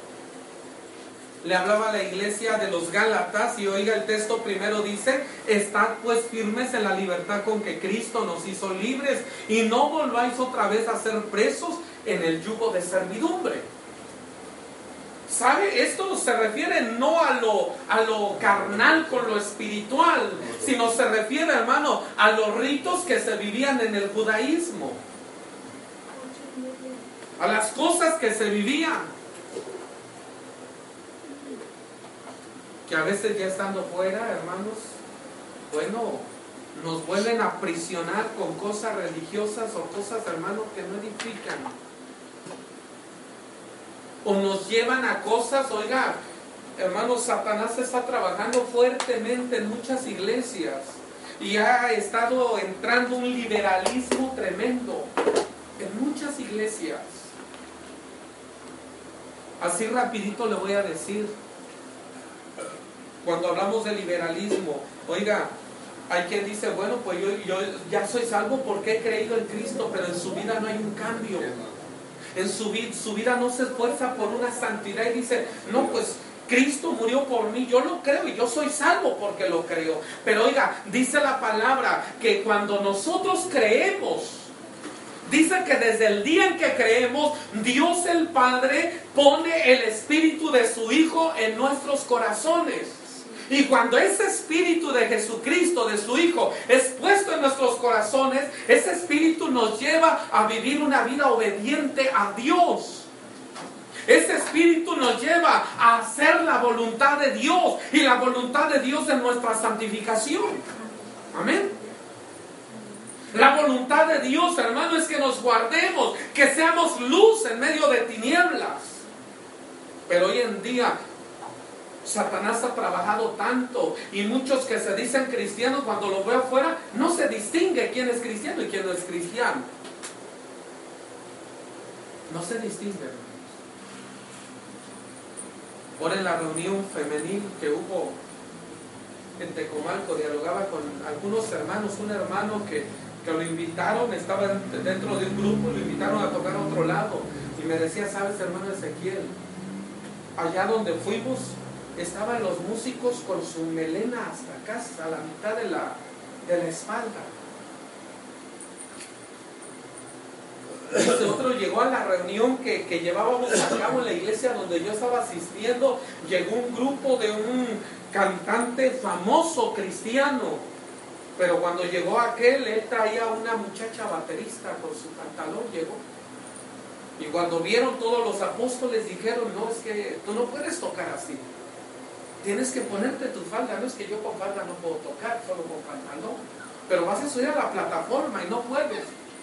le hablaba a la iglesia de los Gálatas, y oiga el texto primero dice: estad pues firmes en la libertad con que Cristo nos hizo libres, y no volváis otra vez a ser presos en el yugo de servidumbre. ¿Sabe? Esto se refiere no a lo carnal con lo espiritual, sino se refiere, hermano, a los ritos que se vivían en el judaísmo, a las cosas que se vivían, que a veces ya estando fuera, hermanos, bueno, nos vuelven a aprisionar con cosas religiosas o cosas, hermanos, que no edifican. O nos llevan a cosas, oiga, hermanos, Satanás está trabajando fuertemente en muchas iglesias y ha estado entrando un liberalismo tremendo en muchas iglesias. Así rapidito le voy a decir, cuando hablamos de liberalismo, oiga, hay quien dice: bueno, pues yo ya soy salvo porque he creído en Cristo, pero en su vida no hay un cambio. En su vida no se esfuerza por una santidad y dice: no, pues Cristo murió por mí, yo lo creo y yo soy salvo porque lo creo. Pero oiga, dice la palabra que cuando nosotros creemos, dice que desde el día en que creemos, Dios el Padre pone el espíritu de su Hijo en nuestros corazones. Y cuando ese espíritu de Jesucristo, de su Hijo, es puesto en nuestros corazones, ese espíritu nos lleva a vivir una vida obediente a Dios. Ese espíritu nos lleva a hacer la voluntad de Dios, y la voluntad de Dios es nuestra santificación. Amén. La voluntad de Dios, hermano, es que nos guardemos, que seamos luz en medio de tinieblas. Pero hoy en día Satanás ha trabajado tanto, y muchos que se dicen cristianos, cuando los veo afuera, no se distingue quién es cristiano y quién no es cristiano. No se distingue, hermano. Ahora en la reunión femenil que hubo en Tecomalco, dialogaba con algunos hermanos, un hermano que lo invitaron, estaba dentro de un grupo, lo invitaron a tocar a otro lado, y me decía, ¿sabes, hermano Ezequiel? Allá donde fuimos, estaban los músicos con su melena hasta acá, a la mitad de la espalda. Este otro llegó a la reunión que llevábamos a cabo en la iglesia donde yo estaba asistiendo. Llegó un grupo de un cantante famoso cristiano, pero cuando llegó aquel, él traía una muchacha baterista con su pantalón, llegó. Y cuando vieron todos los apóstoles, dijeron, no, es que tú no puedes tocar así, tienes que ponerte tu falda. No es que yo con falda no puedo tocar, solo con pantalón, pero vas a subir a la plataforma y no puedes.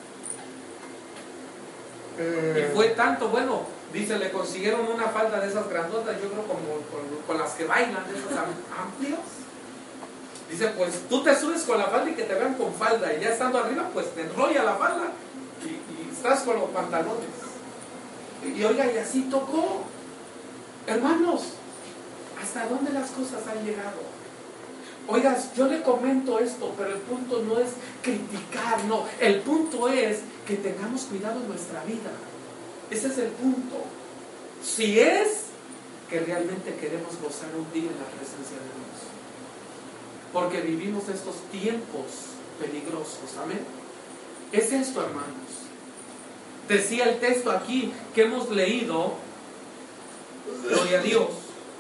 Y fue tanto, bueno, dice, le consiguieron una falda de esas grandotas, yo creo como con las que bailan, de esas amplias. Dice, pues tú te subes con la falda y que te vean con falda, y ya estando arriba, pues te enrolla la falda y estás con los pantalones. Y oiga, y así tocó. Hermanos, ¿hasta dónde las cosas han llegado? Oiga, yo le comento esto, pero el punto no es criticar, no. El punto es que tengamos cuidado en nuestra vida. Ese es el punto. Si es que realmente queremos gozar un día en la presencia de Dios. Porque vivimos estos tiempos peligrosos. Amén. Es esto, hermanos. Decía el texto aquí que hemos leído. Gloria a Dios.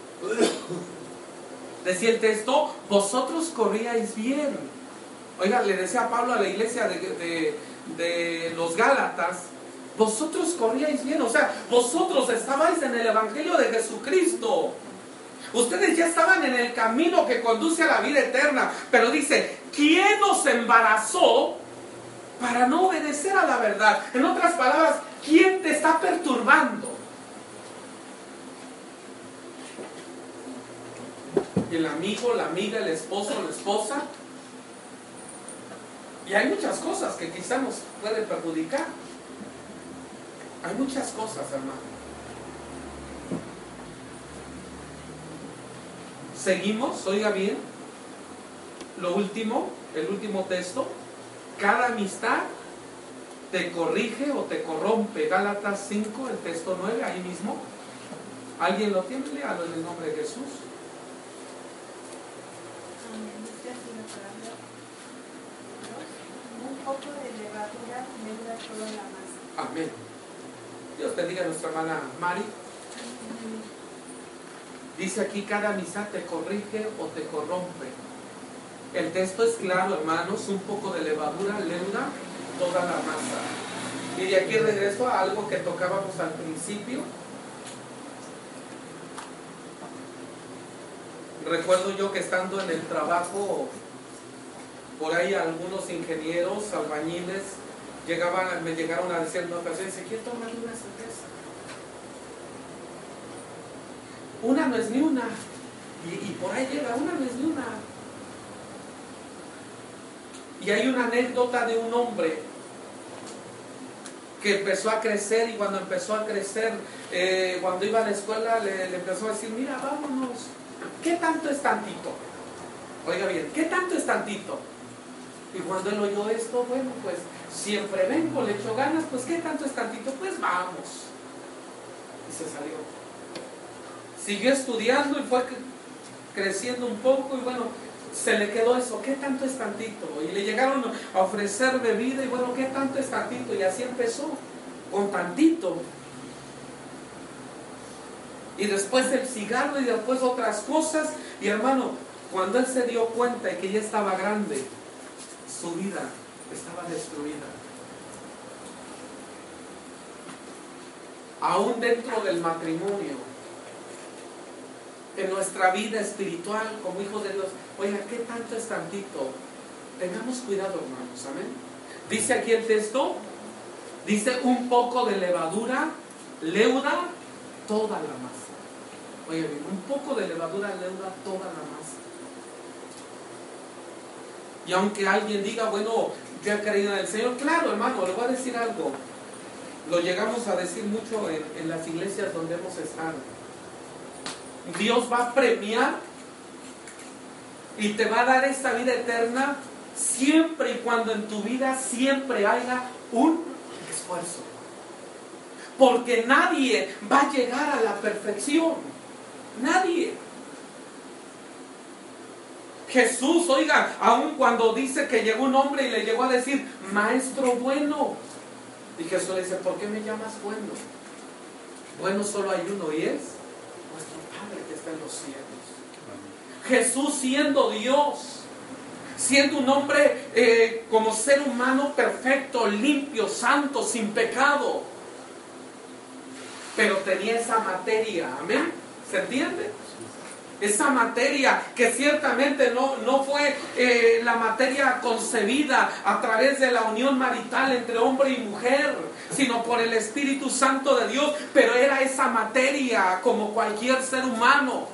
Decía el texto, vosotros corríais bien. Oiga, le decía Pablo a la iglesia de los Gálatas, vosotros corríais bien. O sea, vosotros estabais en el evangelio de Jesucristo. Ustedes ya estaban en el camino que conduce a la vida eterna. Pero dice, ¿quién nos embarazó para no obedecer a la verdad? En otras palabras, ¿quién te está perturbando? El amigo, la amiga, el esposo, la esposa. Y hay muchas cosas que quizá nos pueden perjudicar. Hay muchas cosas, hermano. Seguimos, oiga bien. Lo último, el último texto. Cada amistad te corrige o te corrompe. Gálatas 5, el texto 9, ahí mismo. ¿Alguien lo tiene? Léalo en el nombre de Jesús. Un poco de levadura leuda toda la masa. Amén. Dios bendiga a nuestra hermana Mari. Dice aquí, cada amistad te corrige o te corrompe. El texto es claro, hermanos. Un poco de levadura leuda toda la masa. Y de aquí regreso a algo que tocábamos al principio. Recuerdo yo que estando en el trabajo, por ahí algunos ingenieros, albañiles, me llegaron a decir en una ocasión, Ezequiel, tómale una cerveza. Una no es ni una. Y por ahí llega, una no es ni una. Y hay una anécdota de un hombre que empezó a crecer, y cuando empezó a crecer, cuando iba a la escuela, le empezó a decir, mira, vámonos. ¿Qué tanto es tantito? Oiga bien, ¿qué tanto es tantito? Y cuando él oyó esto, bueno, pues siempre vengo, le echo ganas, pues ¿qué tanto es tantito? Pues vamos. Y se salió. Siguió estudiando y fue creciendo un poco y bueno, se le quedó eso, ¿qué tanto es tantito? Y le llegaron a ofrecer bebida y bueno, ¿qué tanto es tantito? Y así empezó, con tantito. Y después el cigarro y después otras cosas. Y hermano, cuando él se dio cuenta de que ya estaba grande, su vida estaba destruida. Aún dentro del matrimonio, en nuestra vida espiritual como hijos de Dios, oiga, ¿qué tanto es tantito? Tengamos cuidado, hermanos, amén. Dice aquí el texto, dice un poco de levadura leuda toda la masa. Oiga bien, un poco de levadura leuda toda la masa. Y aunque alguien diga, bueno, yo he creído en el Señor, claro, hermano, le voy a decir algo. Lo llegamos a decir mucho en las iglesias donde hemos estado. Dios va a premiar y te va a dar esta vida eterna siempre y cuando en tu vida siempre haya un esfuerzo. Porque nadie va a llegar a la perfección. Nadie. Jesús, oiga, aun cuando dice que llegó un hombre y le llegó a decir, maestro bueno. Y Jesús le dice, ¿por qué me llamas bueno? Bueno solo hay uno y es nuestro Padre que está en los cielos. Jesús siendo Dios, siendo un hombre como ser humano perfecto, limpio, santo, sin pecado, pero tenía esa materia, amén, ¿se entiende? Esa materia que ciertamente no fue la materia concebida a través de la unión marital entre hombre y mujer, sino por el Espíritu Santo de Dios, pero era esa materia como cualquier ser humano.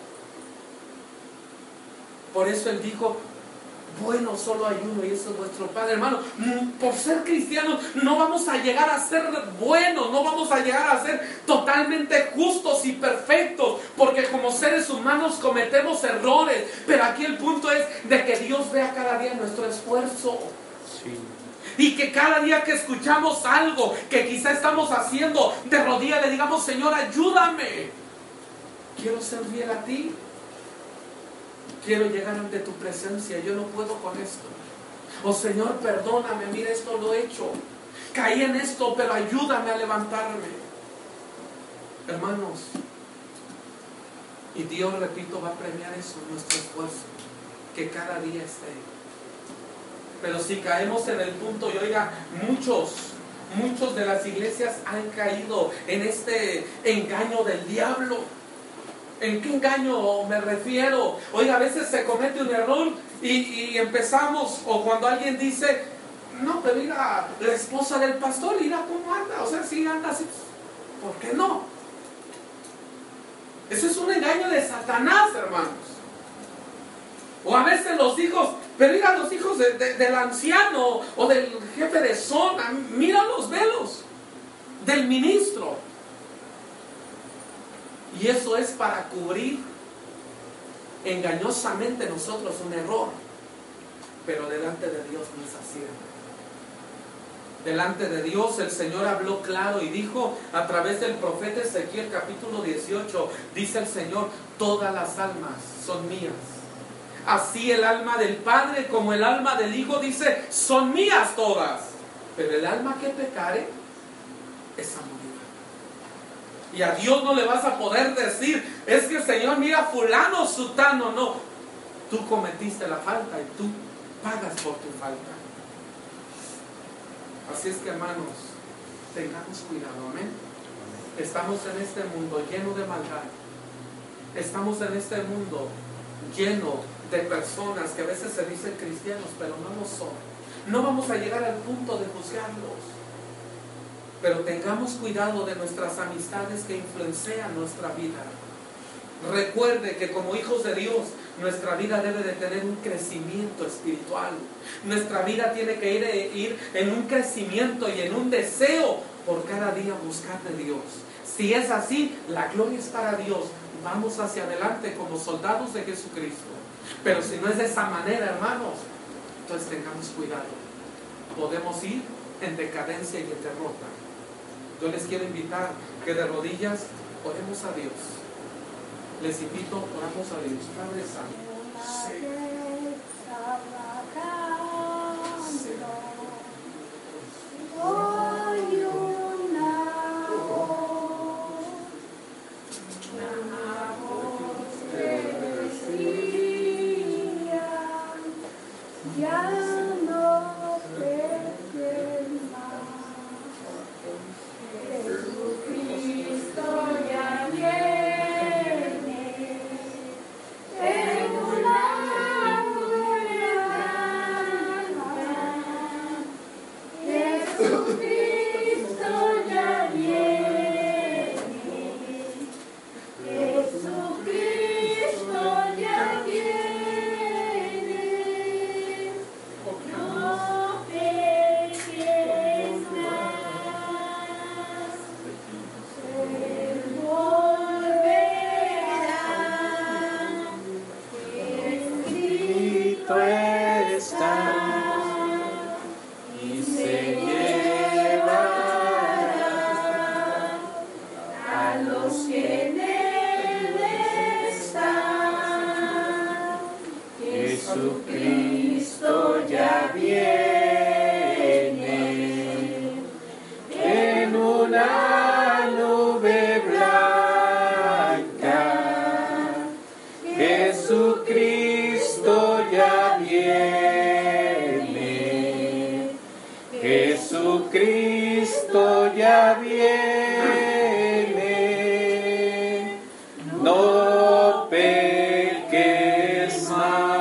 Por eso Él dijo, bueno solo hay uno y ese es vuestro Padre. Hermano, por ser cristianos no vamos a llegar a ser buenos, no vamos a llegar a ser totalmente justos y perfectos, porque como seres humanos cometemos errores, pero aquí el punto es de que Dios vea cada día nuestro esfuerzo. Sí. Y que cada día que escuchamos algo que quizá estamos haciendo de rodillas le digamos, Señor, ayúdame, quiero ser fiel a ti. Quiero llegar ante tu presencia, yo no puedo con esto. Oh Señor, perdóname, mira esto lo he hecho. Caí en esto, pero ayúdame a levantarme. Hermanos, y Dios, repito, va a premiar eso, nuestro esfuerzo, que cada día esté. Pero si caemos en el punto, y oiga, muchos de las iglesias han caído en este engaño del diablo. ¿En qué engaño me refiero? Oiga, a veces se comete un error y empezamos, o cuando alguien dice, no, pero mira, la esposa del pastor, mira cómo anda, o sea, si anda así, ¿por qué no? Eso es un engaño de Satanás, hermanos. O a veces los hijos, pero mira los hijos del anciano o del jefe de zona, mira los velos del ministro. Y eso es para cubrir engañosamente nosotros un error. Pero delante de Dios no es así. Delante de Dios el Señor habló claro y dijo a través del profeta Ezequiel capítulo 18, dice el Señor, todas las almas son mías. Así el alma del Padre como el alma del Hijo, dice, son mías todas. Pero el alma que pecare, esa morirá. Y a Dios no le vas a poder decir, es que Señor, mira fulano, sutano, no. Tú cometiste la falta y tú pagas por tu falta. Así es que, hermanos, tengamos cuidado, amén. Estamos en este mundo lleno de maldad. Estamos en este mundo lleno de personas que a veces se dicen cristianos, pero no lo son. No vamos a llegar al punto de juzgarlos. Pero tengamos cuidado de nuestras amistades que influencian nuestra vida. Recuerde que como hijos de Dios, nuestra vida debe de tener un crecimiento espiritual. Nuestra vida tiene que ir en un crecimiento y en un deseo por cada día buscar de Dios. Si es así, la gloria es para Dios. Vamos hacia adelante como soldados de Jesucristo. Pero si no es de esa manera, hermanos, entonces tengamos cuidado. Podemos ir en decadencia y en derrota. Yo les quiero invitar que de rodillas oremos a Dios Les invito, oramos a Dios. Padre Santo. Jesucristo ya viene en una nube blanca. Jesucristo ya viene. Jesucristo ya viene. No peques más.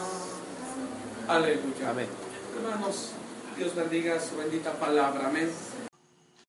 Aleluya. Amén. Hermanos, Dios bendiga su bendita palabra. Amén.